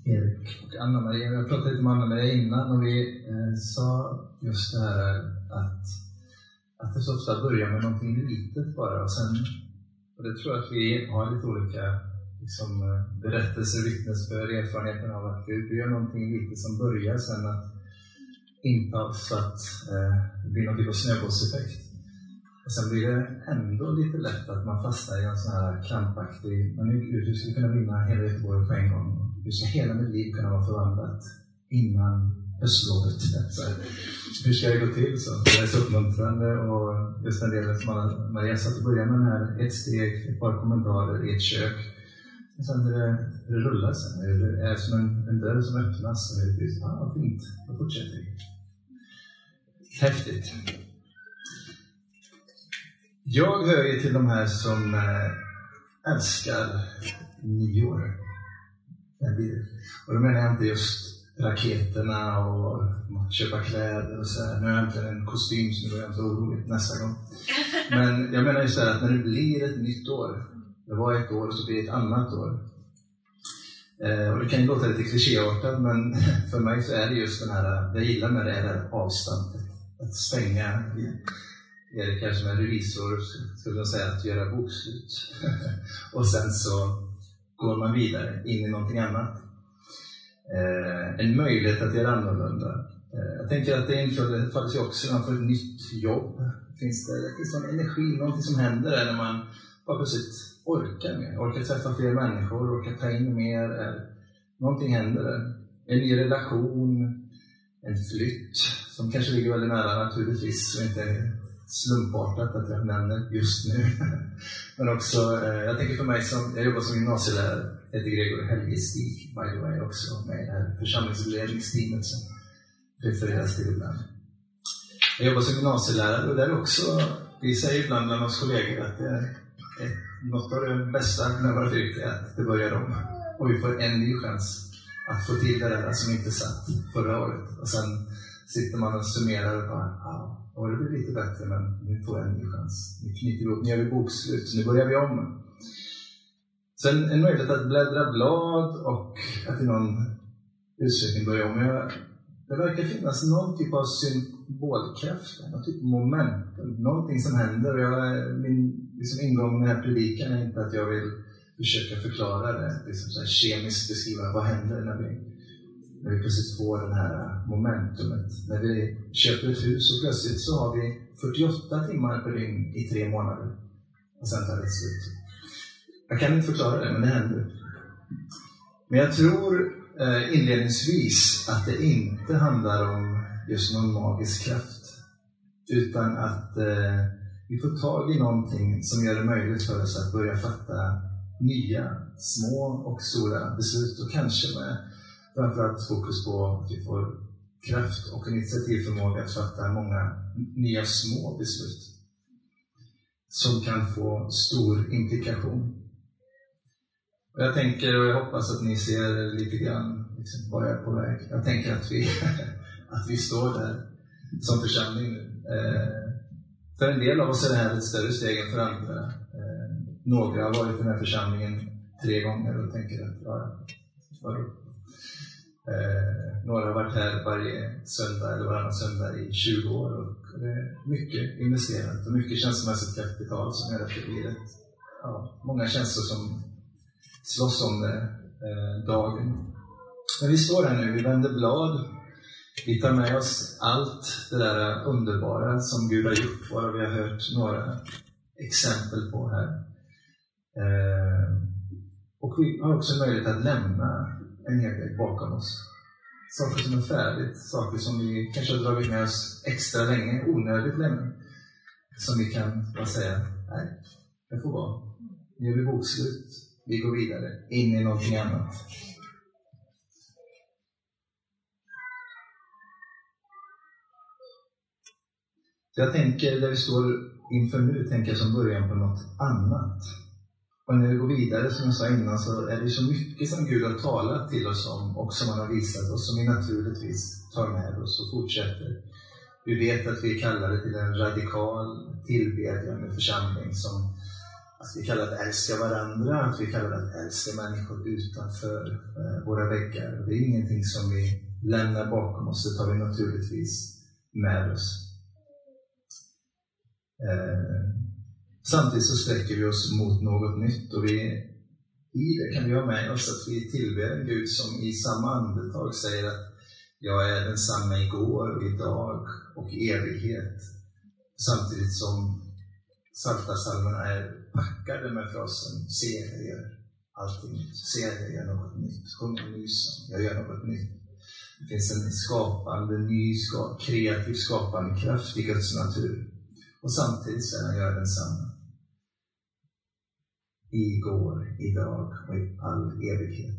Erik och Anna-Maria. Jag pratade lite med Anna-Maria innan och vi sa just det här att det så ofta börjar med någonting litet bara. Och det tror jag att vi har lite olika liksom, berättelser, vittnesbörd, erfarenheten av att Gud gör någonting litet som börjar sen att intas så att det blir någon typ av snöbollseffekt. Och sen blir det ändå lite lätt att man fastnar i en sån här krampaktig, men du skulle kunna vinna hela Göteborg på en gång. Du ska hela mitt liv kunna vara förvandlat innan höstlovet. Hur ska det gå till? Så det är så uppmuntrande och just en del som Maria sa att börja med den här ett steg, ett par kommentarer i ett kök. Och sen det rullar sen. Det är som en dörr som öppnas och det blir vad fint. Då fortsätter vi. Häftigt. Jag hör ju till de här som älskar nyår. Och då menar jag inte just raketerna och köpa kläder och så här. Nu har jag inte en kostym så nu är jag inte orolig nästa gång. Men jag menar ju så här att när det blir ett nytt år, det var ett år och så blir det ett annat år. Och det kan ju låta lite klichéartat, men för mig så är det just den här, jag gillar med det här avståndet. Att stänga, Erik här som är revisor skulle jag säga att göra bokslut. Och sen så går man vidare in i någonting annat. En möjlighet att göra annorlunda. Jag tänker att det infalls ju också när man får ett nytt jobb. Finns det en energi, någonting som händer där när man bara plötsligt orkar mer. Orkar träffa fler människor, orkar ta in mer. Någonting händer där. En ny relation, en flytt som kanske ligger väldigt nära naturligtvis och inte slumpartat att jag nämner just nu. Men också, jag tänker för mig som, jag jobbar som gymnasielärare, heter Gregor Helgestig, by the way, också med det här församlingsledningsteamet som refereras till ibland. Jag jobbar som gymnasielärare och där också, vi säger ibland bland oss kollegor att det är något av det bästa med vårt yrke är att det börjar om. Och vi får en ny chans att få till det där som inte satt förra året. Och sen sitter man och summerar och bara, och det blir lite bättre, men nu får jag en ny chans. Nu knyter vi upp, nu gör vi bokslut, så nu börjar vi om. Sen en möjlighet att bläddra blad och att i någon utsökning börja om. Det verkar finnas någon typ av symbolkraft, någon typ av momentum, någonting som händer. Min liksom ingång med den här predikan är inte att jag vill försöka förklara det, liksom så här kemiskt beskriva vad händer när vi plötsligt får det här momentumet. När vi köper ett hus och plötsligt så har vi 48 timmar per dygn i 3 månader. Och sen tar det slut. Jag kan inte förklara det, men det händer. Men jag tror inledningsvis att det inte handlar om just någon magisk kraft. Utan att vi får tag i någonting som gör det möjligt för oss att börja fatta nya, små och stora beslut. Och kanske med framförallt fokus på att vi får kraft och initiativförmåga att fatta många nya små beslut som kan få stor implikation. Och jag tänker och jag hoppas att ni ser lite grann liksom, var jag är på väg. Jag tänker att vi står där som församling nu. För en del av oss är det här ett större steg än för andra. Några har varit i den här församlingen 3 gånger och tänker att några har varit här varje söndag eller varannan söndag i 20 år och det är mycket investerat och mycket känslomässigt kapital som gör att det blir många känslor som slåss om det dagen. Men vi står här nu, vi vänder blad, vi tar med oss allt det där underbara som Gud har gjort, vad vi har hört några exempel på här. Och vi har också möjlighet att lämna en hel del bakom oss. Saker som är färdigt, saker som vi kanske har dragit med oss extra länge, onödigt länge. Som vi kan bara säga, nej, det får vara. Nu gör vi bokslut, vi går vidare, in i någonting annat. Jag tänker, där vi står inför nu, tänker jag som början på något annat. Och när vi går vidare, som jag sa innan, så är det så mycket som Gud har talat till oss om och som han har visat oss, som vi naturligtvis tar med oss och fortsätter. Vi vet att vi är kallade till en radikal tillbedjande församling som att vi kallar det att älska varandra, att vi kallar det att älska människor utanför våra väggar. Det är ingenting som vi lämnar bakom oss, det tar vi naturligtvis med oss. Samtidigt så sträcker vi oss mot något nytt, och i det kan vi ha med oss att vi tillber en Gud som i samma andetag säger att jag är densamma igår och idag och i evighet. Samtidigt som Psaltarpsalmerna är packade med frasen se jag gör allting nytt, se jag gör något nytt, sjung en ny sång, jag gör något nytt. Det finns en skapande, ny, kreativ skapande kraft i Guds natur. Och samtidigt så är han gör densamma. Igår, idag och i all evighet.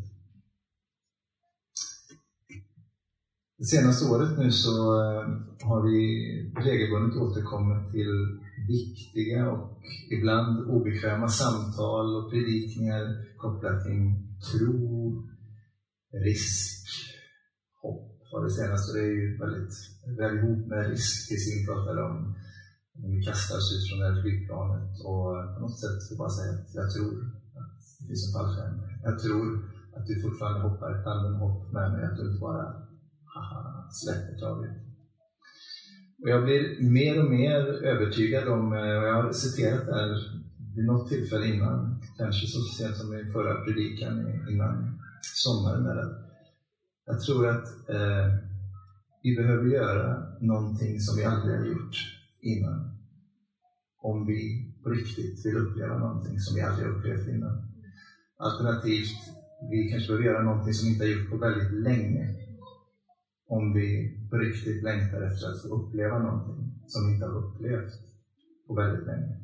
Det senaste året nu så har vi regelbundet återkommit till viktiga och ibland obekväma samtal och predikningar kopplat till tro, risk, hopp. Och det senaste det är ju väldigt väl ihop med risk till sin pratade om. Vi kastar oss ut från det här flygplanet och på något sätt får bara säga att jag tror att det finns en fallskärm. Jag tror att du fortfarande hoppar ett hopp med mig, att du inte bara släpper taget. Och jag blir mer och mer övertygad om, och jag har citerat det här vid något tillfälle innan, kanske så sent som i förra predikan innan sommaren, där jag tror att vi behöver göra någonting som vi aldrig har gjort innan. Om vi på riktigt vill uppleva någonting som vi aldrig har upplevt innan. Alternativt, vi kanske behöver göra någonting som vi inte har gjort på väldigt länge. Om vi på riktigt längtar efter att få uppleva någonting som vi inte har upplevt på väldigt länge.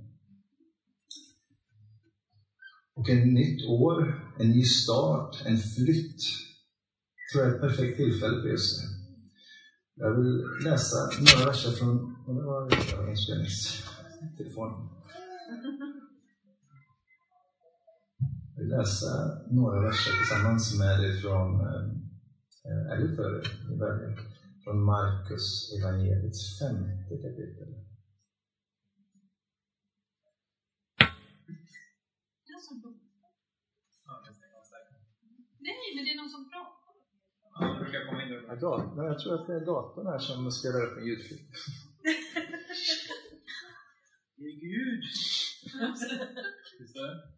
Och en nytt år, en ny start, en flytt tror jag är ett perfekt tillfälle för just det. Jag vill läsa några verser från, det var inspelningstelefonen. Jag vill läsa några verser tillsammans med dig från, eller för från Markus evangeliets 5:e kapitel. Nej, men det är någon som pratar. Jag tror att det är datorn här som spelar upp en ljudfil. Det är Gud. Visst är det?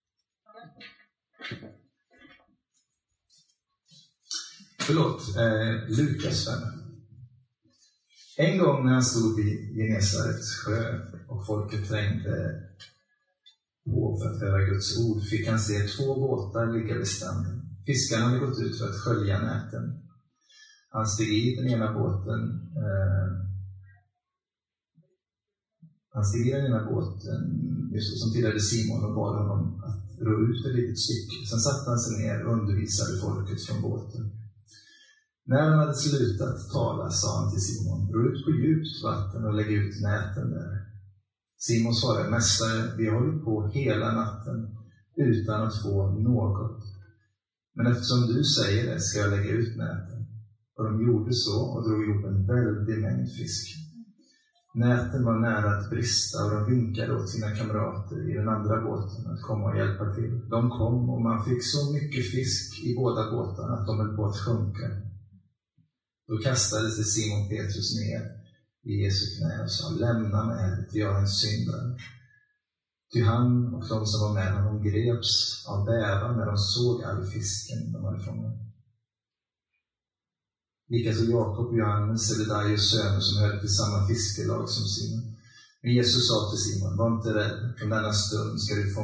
Förlåt, Lukas 5. En gång när han stod vid Genesarets sjö och folket trängde på för att höra Guds ord fick han se 2 båtar ligga vid stranden. Fiskarna hade gått ut för att skölja näten. Han steg i den ena båten. Just som tillhörde Simon, och bad honom att ro ut ett litet stycke. Sen satte han sig ner och undervisade folket från båten. När han hade slutat tala sa han till Simon: ro ut på djupt vatten och lägg ut näten där. Simon svarade: mästare, vi har hållit på hela natten utan att få något. Men eftersom du säger det ska jag lägga ut näten. Och de gjorde så och drog ihop en väldig mängd fisk. Näten var nära att brista och de vinkade åt sina kamrater i den andra båten att komma och hjälpa till. De kom och man fick så mycket fisk i båda båtarna att de höll på att sjunka. Då kastade sig Simon Petrus ner i Jesu knä och sa: lämna mig, till jag är en syndare. Ty han och de som var med honom greps av bävan när de såg all fisken de hade fångat. Likaså Jakob och Johannes, Sebedaios söner, som hörde till samma fiskelag som Simon. Men Jesus sa till Simon: var inte rädd, från denna stund ska du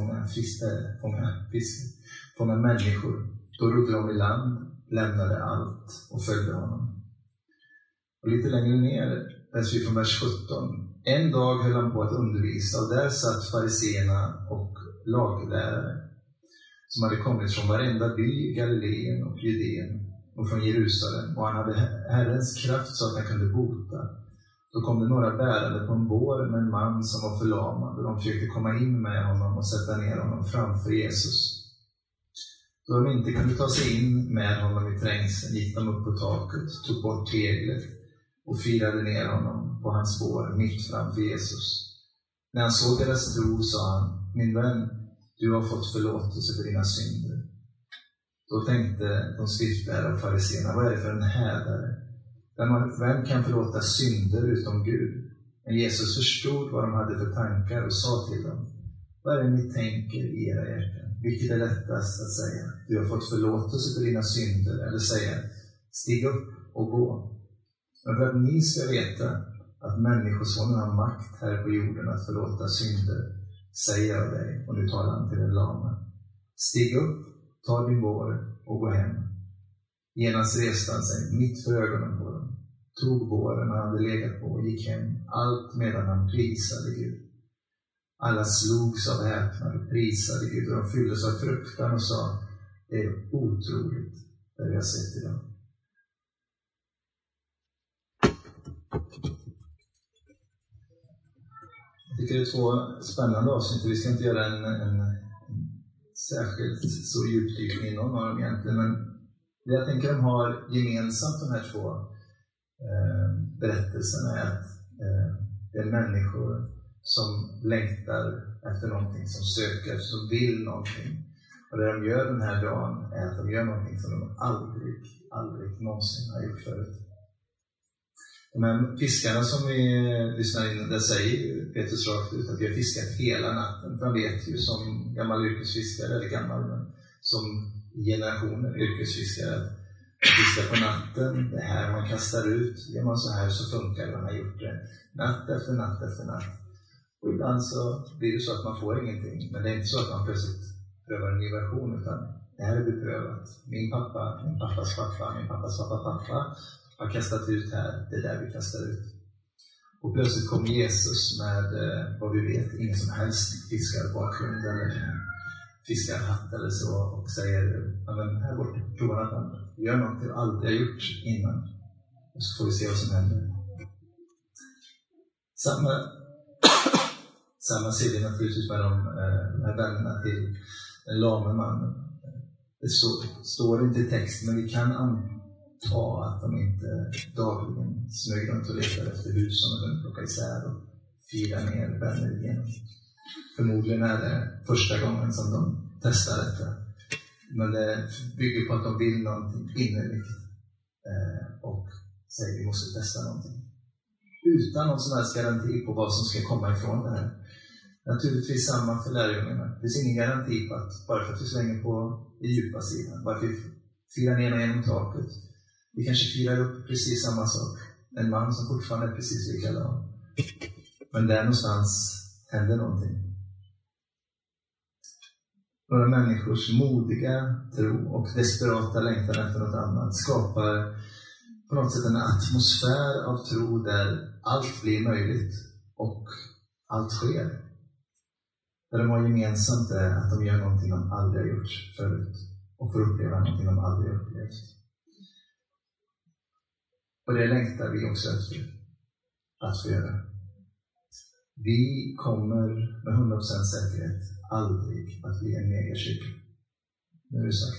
fånga människor. Då rodde de i land, lämnade allt och följde honom. Och lite längre ner läser vi från vers 17. En dag höll han på att undervisa, och där satt fariséerna och laglärare som hade kommit från varenda by, Galileen och Judeen och från Jerusalem, och han hade Herrens kraft så att han kunde bota. Då kom det några bärare på en bår med en man som var förlamad, och de försökte komma in med honom och sätta ner honom framför Jesus. Då de inte kunde ta sig in med honom i trängseln gick de upp på taket, tog bort teglet och firade ner honom på hans bår mitt framför Jesus. När han såg deras tro sa han: min vän, du har fått förlåtelse för dina synder. Då tänkte de skriftlärda och fariséerna, vad är det för en hädare? Vem kan förlåta synder utom Gud? Men Jesus förstod vad de hade för tankar och sa till dem, vad är det ni tänker i era hjärtan? Vilket är lättast att säga, du har fått förlåtelse för dina synder, eller säga, stig upp och gå. Men för att ni ska veta att människosonen har makt här på jorden att förlåta synder, säger jag dig, och nu talar han till den lama, stig upp, ta din bår och gå hem. Genast reste han sig mitt för ögonen på dem, tog båren han hade legat på och gick hem, allt medan han prisade Gud. Alla slogs av häpnad och prisade Gud, och de fylldes av fruktan och sa, det är otroligt det vi har sett idag. Jag tycker det är två spännande avsnitt. Vi ska inte göra en särskilt så djupdykning i någon av dem egentligen, men det jag tänker de har gemensamt, de här två berättelserna, är att det är människor som längtar efter någonting, som söker, som vill någonting. Och det de gör den här dagen är att de gör någonting som de aldrig någonsin har gjort förut. De här fiskarna som vi lyssnar in, där säger Petrus rakt ut att vi har fiskat hela natten. För han vet ju som gammal yrkesfiskare, eller gammal, men som generationer yrkesfiskare, att fiska på natten, det här man kastar ut, gör man så här så funkar det, man har gjort det natt efter natt efter natt. Och ibland så blir det så att man får ingenting, men det är inte så att man plötsligt prövar en ny version, utan det här är beprövat. Min pappas pappa har kastat ut här, det är där vi kastar ut. Och plötsligt kommer Jesus med vad vi vet, ingen som helst fiskarbakgrund eller fiskarhatt eller så, och säger, men här borta, prova något annat. Gör något vi aldrig har gjort innan, och så får vi se vad som händer. Samma ser vi naturligtvis med de här vännerna till den lame mannen. Det står inte i texten, men vi kan anta att de inte dagligen smög runt och letade efter hus som de plockade isär och fira ner vänner igenom. Förmodligen är det första gången som de testar detta. Men det bygger på att de vill någonting innerligt och säger vi måste testa någonting. Utan någon som helst garanti på vad som ska komma ifrån det här. Naturligtvis samma för lärjungarna. Det finns ingen garanti på att bara för att vi slänger på i djupa sidan, bara för att vi firar ner genom taket. Vi kanske firar upp precis samma sak. En man som fortfarande är precis likadan. Men där någonstans händer någonting. Några människors modiga tro och desperata längtan efter något annat skapar på något sätt en atmosfär av tro där allt blir möjligt och allt sker. Där de har gemensamt är att de gör någonting de aldrig har gjort förut och får uppleva någonting de aldrig har upplevt. Och det längtar vi också efter att få göra. Vi kommer med 100% säkerhet aldrig att bli en megakyrka. Nu är det sagt.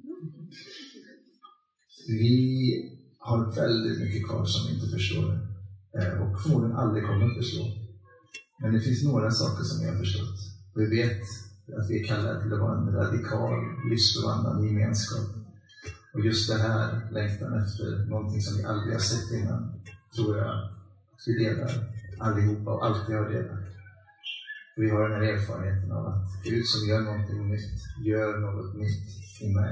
Vi har väldigt mycket kvar som vi inte förstår och förmodligen aldrig kommer att förstå. Men det finns några saker som vi har förstått. Och vi vet att vi är kallade till att vara en radikal, livsförvandlande gemenskap. Och just det här, längtan efter någonting som vi aldrig har sett innan, tror jag att vi delar allihopa och alltid har delat. Vi har den här erfarenheten av att Gud som gör någonting nytt, gör något nytt i mig.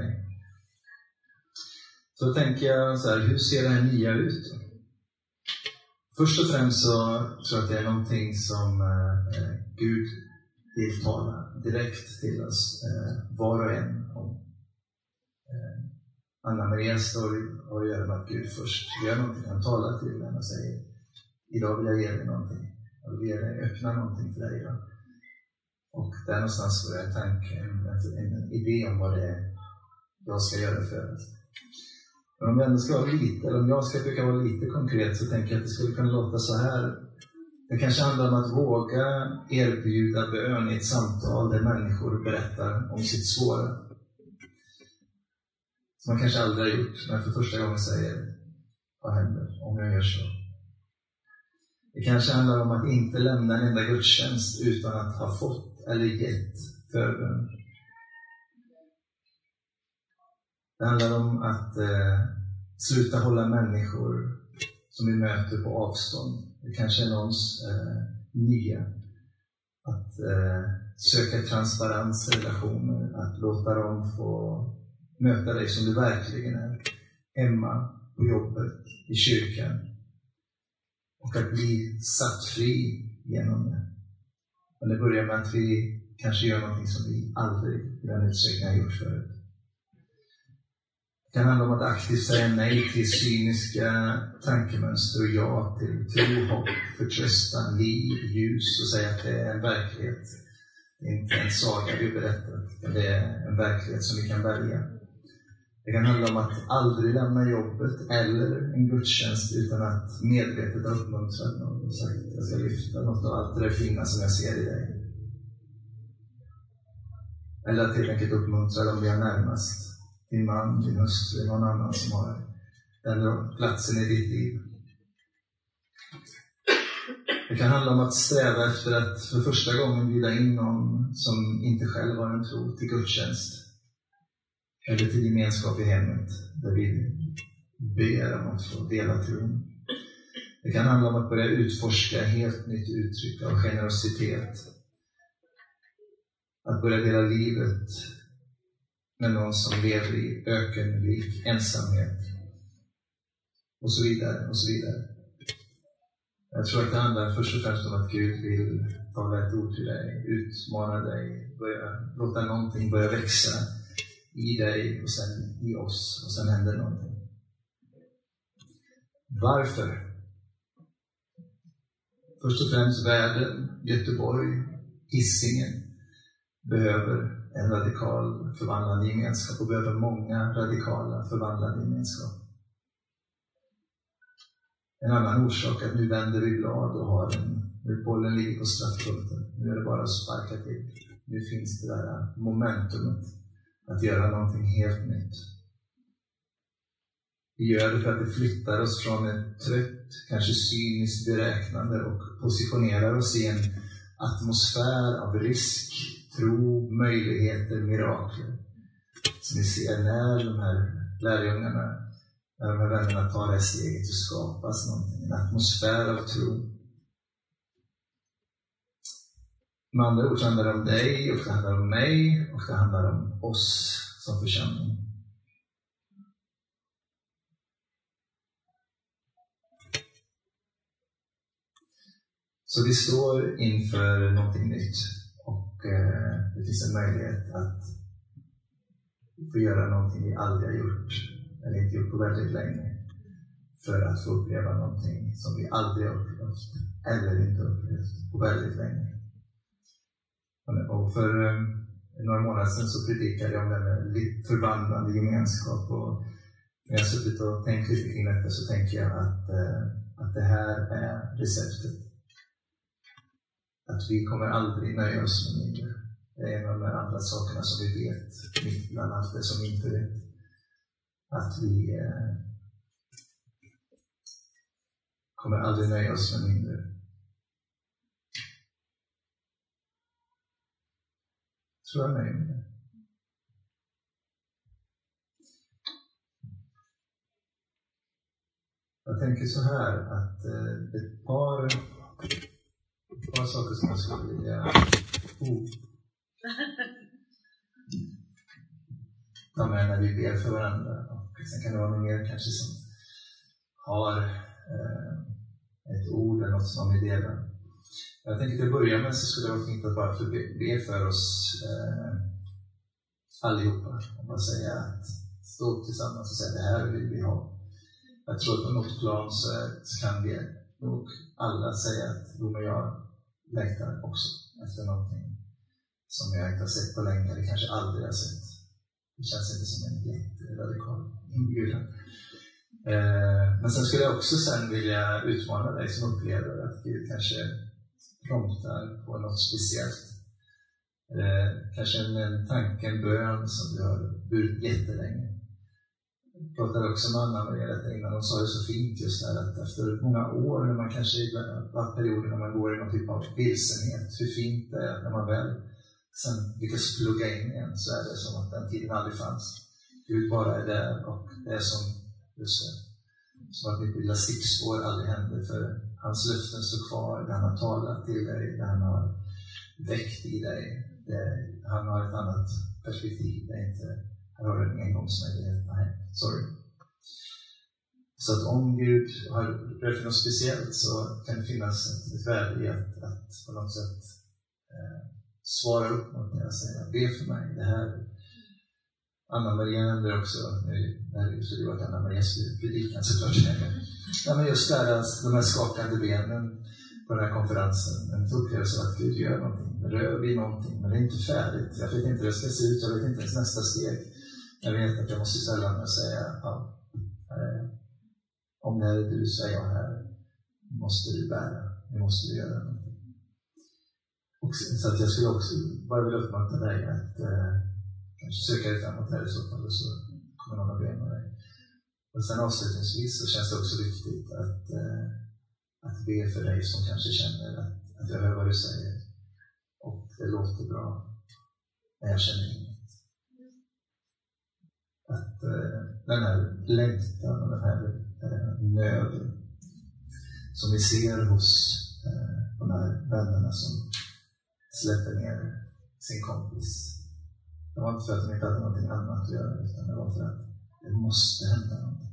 Så tänker jag så här, hur ser det här nya ut då? Först och främst så tror jag att det är någonting som Gud vill tala direkt till oss, var och en om. Anna-Marias story har att göra med att Gud först gör någonting. Han talar till henne och säger, idag vill jag ge dig någonting. Jag vill ge dig, öppna någonting för dig idag. Och där någonstans får jag en idé om vad det är jag ska göra för dig. Men om jag ändå ska vara lite, eller om jag ska försöka vara lite konkret, så tänker jag att det skulle kunna låta så här. Det kanske handlar om att våga erbjuda bön i ett samtal där människor berättar om sitt svåra. Som man kanske aldrig har gjort, men för första gången säger, vad händer om jag gör så? Det kanske handlar om att inte lämna en enda gudstjänst utan att ha fått eller gett förbön. Det handlar om att sluta hålla människor som vi möter på avstånd. Det kanske är någons nya. Att söka transparens i relationer. Att låta dem få möta dig som du verkligen är. Hemma, på jobbet, i kyrkan. Och att bli satt fri genom det. Men det börjar med att vi kanske gör någonting som vi aldrig i den utsträckningen har gjort förut. Det kan handla om att aktivt säga nej till cyniska tankemönster och ja till tro, hopp, förtröstan, liv, ljus och säga att det är en verklighet. Det är inte en saga vi berättar, utan det är en verklighet som vi kan välja. Det kan handla om att aldrig lämna jobbet eller en gudstjänst utan att medvetet uppmuntra någon och sagt att jag ska lyfta något av allt det fina som jag ser i dig. Eller att helt enkelt uppmuntra dem vi har närmast. Din man, din hustru, någon annan som har den platsen i ditt liv. Det kan handla om att sträva efter att för första gången bjuda in någon som inte själv har en tro till gudstjänst. Eller till gemenskap i hemmet där vi ber om att få dela tron. Det kan handla om att börja utforska helt nytt uttryck av generositet. Att börja dela livet med någon som lever i ökenlik ensamhet. Och så vidare, och så vidare. Jag tror att det handlar först och främst om att Gud vill tala ett ord till dig, utmana dig, låta någonting börja växa i dig och sen i oss och sen händer någonting. Varför? Först och främst världen, Göteborg, Hisingen behöver en radikal förvandlande gemenskap och behöver många radikala förvandlande gemenskap. En annan orsak är att nu vänder vi blad och har nu bollen ligger på straffpunkten. Nu är det bara att sparka till. Nu finns det där momentumet att göra någonting helt nytt. Vi gör det för att det flyttar oss från ett trött, kanske cyniskt beräknande och positionerar oss i en atmosfär av risk, tro, möjligheter, mirakler. Så vi ser när de här lärjungarna, när de här vännerna tar det steget, så skapas någonting, en atmosfär av tro. Med andra ord handlar det om dig och det handlar om mig och det handlar om oss som församling. Så vi står inför någonting nytt och det finns en möjlighet att få göra någonting vi aldrig har gjort eller inte gjort på väldigt länge för att få uppleva någonting som vi aldrig har upplevt eller inte upplevt på väldigt länge. Och för några månader sedan så predikade jag om det med lite förvandlande gemenskap och när jag suttit och tänkt lite kring detta så tänker jag att det här är receptet. Att vi kommer aldrig nöja oss med mindre. Det är en av de andra sakerna som vi vet, mitt bland allt det som vi inte vet. Att vi kommer aldrig nöja oss med mindre. Tror jag mig med det. Jag tänker så här att ett par saker som jag skulle vilja ta med när vi ber för varandra. Och sen kan det vara någon mer kanske som har ett ord eller något som vi delar. Jag tänker till att börja med så skulle det vara fint att bara be för oss allihopa. Och bara säga att stå upp tillsammans och säga det här vill vi ha. Jag tror att på något plan så kan vi nog alla säga att de och jag längtar också efter någonting som jag inte har sett på länge eller kanske aldrig har sett. Det känns inte som en jätteradikal inbjudan. Men sen skulle jag också sen vilja utmana dig som upplever att Gud kanske promptar på något speciellt. Kanske en tanke, en bön som du har burit jättelänge. Jag pratade också med Anna och detta innan. De sa det så fint just där att efter många år när man kanske har perioder när man går i någon typ av vilsenhet, hur fint det är när man väl sen lyckas plugga in igen, så är det som att den tiden aldrig fanns. Gud bara är där, och det är som, just det, som att mitt lilla stickspår aldrig händer, för hans löften står kvar, där han har talat till dig, där han har väckt i dig. Han har ett annat perspektiv, det är inte, här har du en engångsmöjlighet. Nej, sorry. Så att om Gud har rört för något speciellt, så kan det finnas ett värde i att på något sätt svara upp mot det och säga, be för mig. Det här, Anna-Maria nämnde också, när det skulle varit Anna-Marias predikan såklart. Ja, men just där, de här skakande benen på den här konferensen, en upplevelse av att Gud gör någonting, rör vid någonting, men det är inte färdigt. Jag vet inte hur det ska se ut, jag vet inte ens nästa steg. Jag vet att jag måste ställa mig och säga, ja, om det är du, så är jag här. Nu måste du bära, nu måste du göra någonting. Och så att jag skulle också bara vilja uppmuntra dig att kanske söka dig framåt här i så fall, och så kommer någon att be med dig. Och sen avslutningsvis så känns det också viktigt att be för dig som kanske känner att jag hör vad du säger och det låter bra, men jag känner inget. Att den här längtan och den här nöden som vi ser hos de här vännerna som släpper ner sin kompis, det var inte för att de inte hade någonting annat att göra, utan det var för att det måste hända någonting.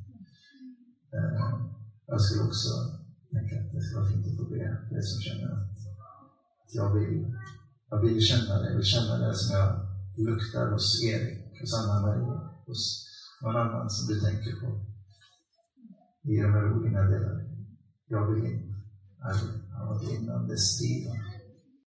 Jag skulle också tänka att det ska vara fint att få be för det som känner att jag vill känna det. Jag vill känna det som jag luktar hos Erik, hos Anna-Maria, hos någon annan som du tänker på i de här olika delarna. Jag vill in. Han var innan det stiger.